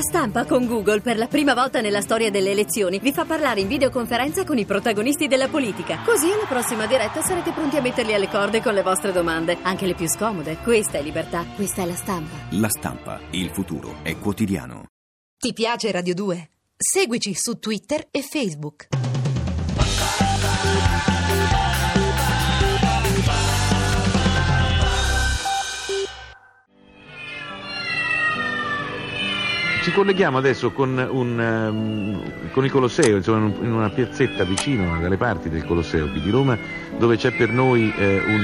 Stampa con Google, per la prima volta nella storia delle elezioni, vi fa parlare in videoconferenza con i protagonisti della politica. Così alla prossima diretta sarete pronti a metterli alle corde con le vostre domande, anche le più scomode. Questa è libertà, questa è La Stampa. La Stampa, il futuro è quotidiano. Ti piace Radio 2? Seguici su Twitter e Facebook. Ci colleghiamo adesso con il Colosseo, insomma, in una piazzetta vicino dalle parti del Colosseo qui di Roma, dove c'è per noi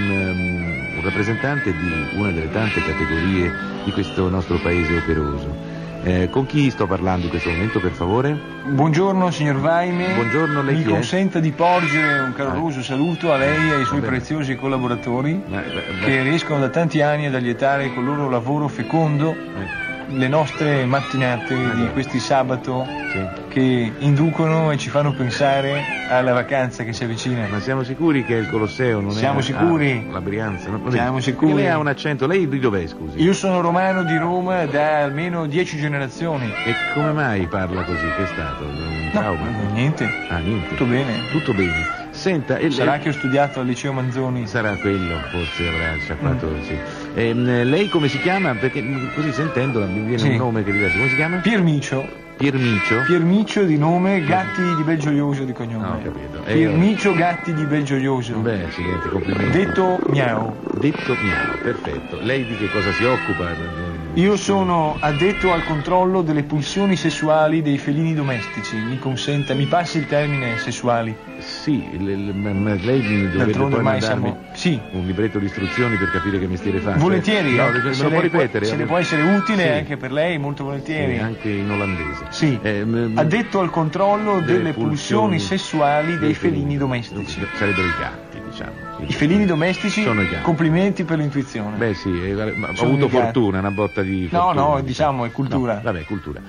un rappresentante di una delle tante categorie di questo nostro paese operoso. Con chi sto parlando in questo momento, per favore? Buongiorno signor Vaime. Buongiorno, lei mi chi è? consenta di porgere un caloroso saluto a lei e ai suoi preziosi collaboratori che riescono da tanti anni ad allietare col loro lavoro fecondo le nostre mattinate di questi sabato che inducono e ci fanno pensare alla vacanza che si avvicina. Ma siamo sicuri che il Colosseo non siamo è sicuri? La Brianza? No? Siamo sicuri? Lei ha un accento, lei di dov'è, scusi? Io sono romano di Roma da almeno 10 generazioni. E come mai parla così? Che è stato? Un trauma? No, niente. Ah, niente. Tutto bene. Tutto bene. Senta, sarà che ho studiato al liceo Manzoni. Sarà quello, forse avrà fatto sì. Lei come si chiama? Perché così sentendola mi viene un nome che è diverso. Come si chiama? Piermicio. Piermicio? Piermicio di nome, Gatti di Belgioioso di cognome. No, ho capito. Piermicio Gatti di Belgioioso. Beh, accidenti, complimenti. Detto Miao. Detto Miao, perfetto. Lei di che cosa si occupa? Io sono addetto al controllo delle pulsioni sessuali dei felini domestici. Mi consenta, mi passi il termine sessuali? Sì, ma lei mi dovrebbe poi mandarmi un libretto di istruzioni per capire che mestiere fa. Volentieri, no, me lo può ripetere? Se le può essere utile anche per lei, molto volentieri. Sì, anche in olandese. Sì, addetto al controllo delle pulsioni sessuali dei felini domestici. Sarebbero i gatti, diciamo. I felini domestici sono i gatti. Complimenti per l'intuizione. Beh sì, ho avuto fortuna, una botta di fortuna. No, diciamo è cultura. No, vabbè, cultura.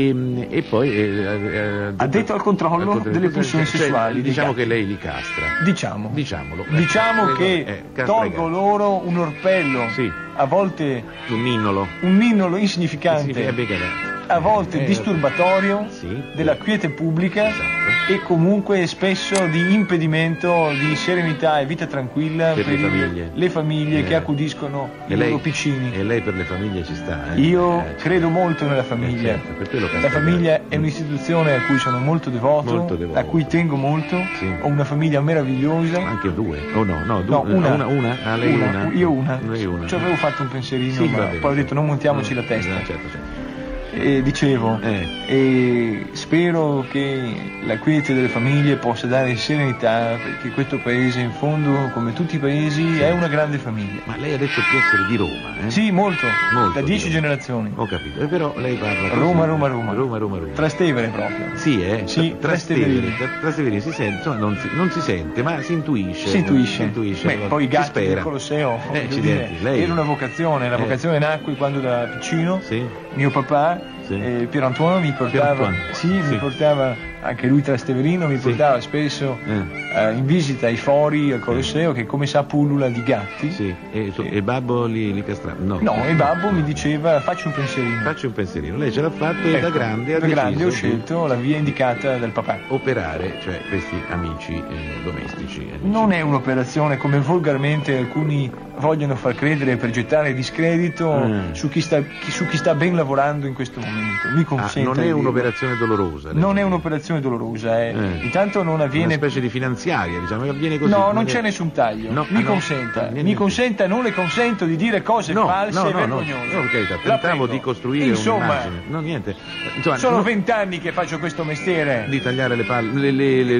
E poi addetto al controllo delle pulsioni sessuali. Diciamo che lei li castra. Diciamo che tolgo loro un orpello. Sì. A volte un ninnolo insignificante. A volte disturbatorio della quiete pubblica e comunque spesso di impedimento di serenità e vita tranquilla per le famiglie che accudiscono i loro piccini. E lei per le famiglie ci sta? Io credo molto nella famiglia. Certo, per quello la famiglia è un'istituzione a cui sono molto devoto. A cui tengo molto. Sì. Ho una famiglia meravigliosa. Anche due? Oh no, una. Ah, lei una? Io una. Lei una. Ci avevo fatto un pensierino, ma poi ho detto non montiamoci la testa. Certo. E dicevo, e spero che la quiete delle famiglie possa dare serenità, perché questo paese in fondo, come tutti i paesi, è una grande famiglia. Ma lei ha detto di essere di Roma, Sì, molto da 10 generazioni. Ho capito, però lei parla così. Roma. Trastevere proprio. Sì, Sì, Trastevere si sente, insomma, non si sente, ma si intuisce. Beh, poi i gatti del Colosseo, era una vocazione, la vocazione nacque quando da piccino, mio papà, Pier Antoine mi portava, mi portava, anche lui trasteverino, mi portava spesso in visita ai fori al Colosseo, che come sa pullula di gatti. Sì. E babbo li castrava? No, e babbo mi diceva facci un pensierino. Lei ce l'ha fatto e da grande ho scelto la via indicata dal papà. Operare, cioè questi amici domestici. Non è un'operazione come volgarmente alcuni vogliono far credere per gettare discredito su chi sta ben lavorando in questo momento. Mi consenta. Non è un'operazione dolorosa. Non è un'operazione dolorosa, intanto non avviene. Una specie di finanziaria, diciamo, avviene così. No, non c'è nessun taglio. Mi consenta, non le consento di dire cose false e vergognose. No, ok, tentavo di costruire un'immagine. No, niente. Insomma, sono 20 anni che faccio questo mestiere. Di tagliare le palle,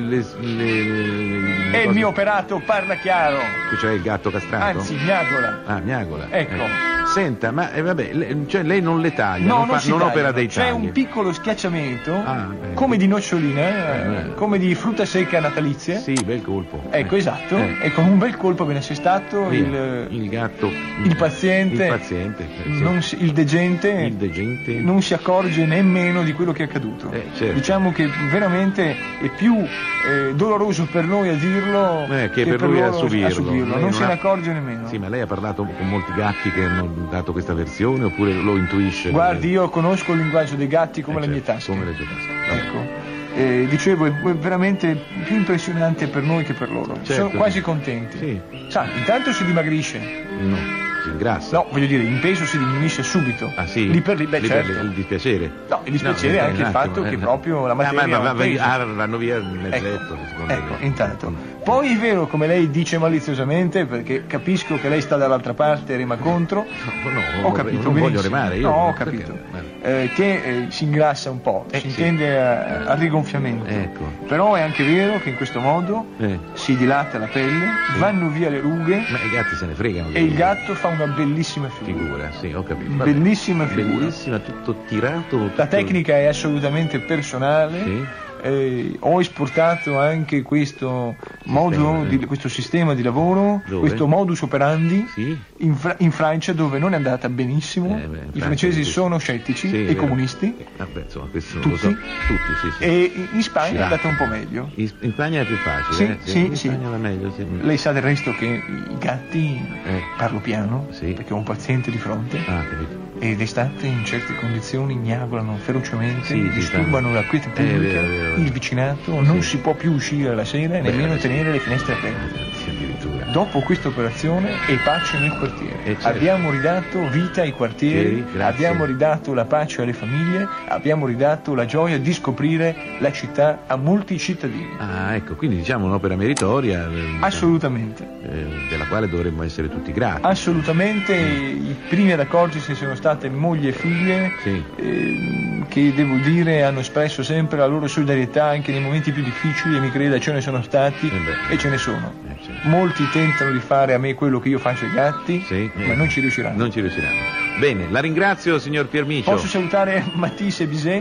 E il mio operato parla chiaro. Cioè il gatto castrato? Anzi, miagola. Ah, miagola. Ecco. Senta, ma cioè lei non le taglia, non opera dei tagli. C'è un piccolo schiacciamento, come di nocciolina, come di frutta secca natalizia. Sì, bel colpo. Ecco, esatto. E con un bel colpo ben assestato il gatto, il paziente, il degente non si accorge nemmeno di quello che è accaduto. Certo. Diciamo che veramente è più doloroso per noi a dirlo che per lui a subirlo. Non se ne accorge nemmeno. Sì, ma lei ha parlato con molti gatti che hanno dato questa versione oppure lo intuisce? Guardi, io conosco il linguaggio dei gatti come le mie certo, tasche. come le tue tasche. Ecco. Dicevo, è veramente più impressionante per noi che per loro. Certo, Sono quasi sì. contenti. Sì. Sa, intanto si dimagrisce. No, si ingrassa. No, voglio dire, il peso si diminuisce subito. Ah sì? Lì per lì, beh, Lì certo. per il dispiacere. No, il dispiacere è anche il fatto che proprio la materia vanno via nel letto. Ecco, intanto. Poi è vero, come lei dice maliziosamente, perché capisco che lei sta dall'altra parte e rema contro. No, ho capito, non voglio benissimo. remare io. No, ho capito. Che si ingrassa un po', si sì. intende al rigonfiamento. Ecco. Però è anche vero che in questo modo si dilata la pelle, vanno via le rughe. Ma i gatti se ne fregano. E il gatto fa una bellissima figura. Sì, ho capito. Bellissima figura. Bellissima, tutto tirato. La tecnica è assolutamente personale. Sì. Ho esportato anche questo modo, questo sistema di lavoro, questo modus operandi in Francia, dove non è andata benissimo. I francesi sono scettici e comunisti. Vabbè, insomma, questo tutti. Lo so. Tutti, sì. E in Spagna è andata un po' meglio. In Spagna è più facile. Sì. In Spagna va meglio, sì. Lei sa del resto che i gatti, parlo piano, perché ho un paziente di fronte. Capito. Ed d'estate in certe condizioni miagolano ferocemente, disturbano la quiete pubblica, il vicinato, non si può più uscire la sera e nemmeno tenere le finestre aperte. Dopo questa operazione è pace nel quartiere. Abbiamo ridato vita ai quartieri, abbiamo ridato la pace alle famiglie, abbiamo ridato la gioia di scoprire la città a molti cittadini. Ecco, quindi diciamo un'opera meritoria. Assolutamente. Della quale dovremmo essere tutti grati. Assolutamente. I primi ad accorgersi sono state moglie e figlie che, devo dire, hanno espresso sempre la loro solidarietà anche nei momenti più difficili, e mi creda, ce ne sono stati e ce ne sono. Molti tentano di fare a me quello che io faccio ai gatti, ma non ci riusciranno. Non ci riusciranno. Bene, la ringrazio, signor Piermicio. Posso salutare Matisse e Bizet?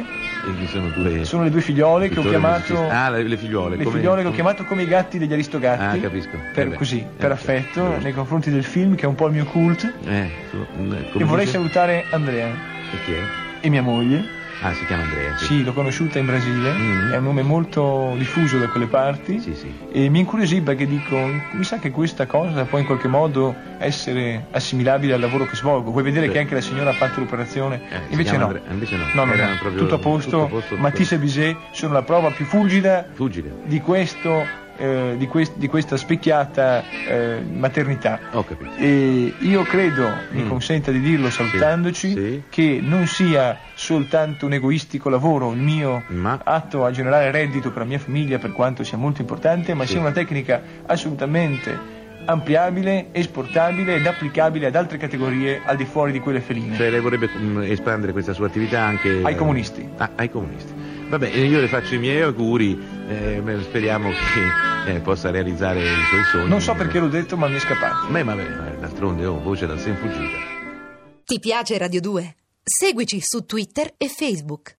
Sono le due figliole che ho chiamato. Le figliole. Le figliole che ho chiamato come i gatti degli Aristogatti. Capisco. Per affetto nei confronti del film, che è un po' il mio cult. E vorrei salutare Andrea. E chi è? E mia moglie. Si chiama Andrea. Sì, l'ho conosciuta in Brasile, è un nome molto diffuso da quelle parti. E mi incuriosì perché dico, mi sa che questa cosa può in qualche modo essere assimilabile al lavoro che svolgo. Vuoi vedere che anche la signora ha fatto l'operazione? Invece no. No, tutto a posto. Matisse e Bizet sono la prova più fulgida. Di questo. Di questa specchiata maternità. Ho capito. E io credo, mi consenta di dirlo salutandoci, che non sia soltanto un egoistico lavoro il mio atto a generare reddito per la mia famiglia, per quanto sia molto importante, ma sia una tecnica assolutamente ampliabile, esportabile ed applicabile ad altre categorie al di fuori di quelle feline. Cioè lei vorrebbe espandere questa sua attività anche ai comunisti. Ai comunisti. Vabbè, io le faccio i miei auguri, speriamo che possa realizzare i suoi sogni. Non so perché l'ho detto, ma mi è scappato. D'altronde voce dal sen fuggita. Ti piace Radio 2? Seguici su Twitter e Facebook.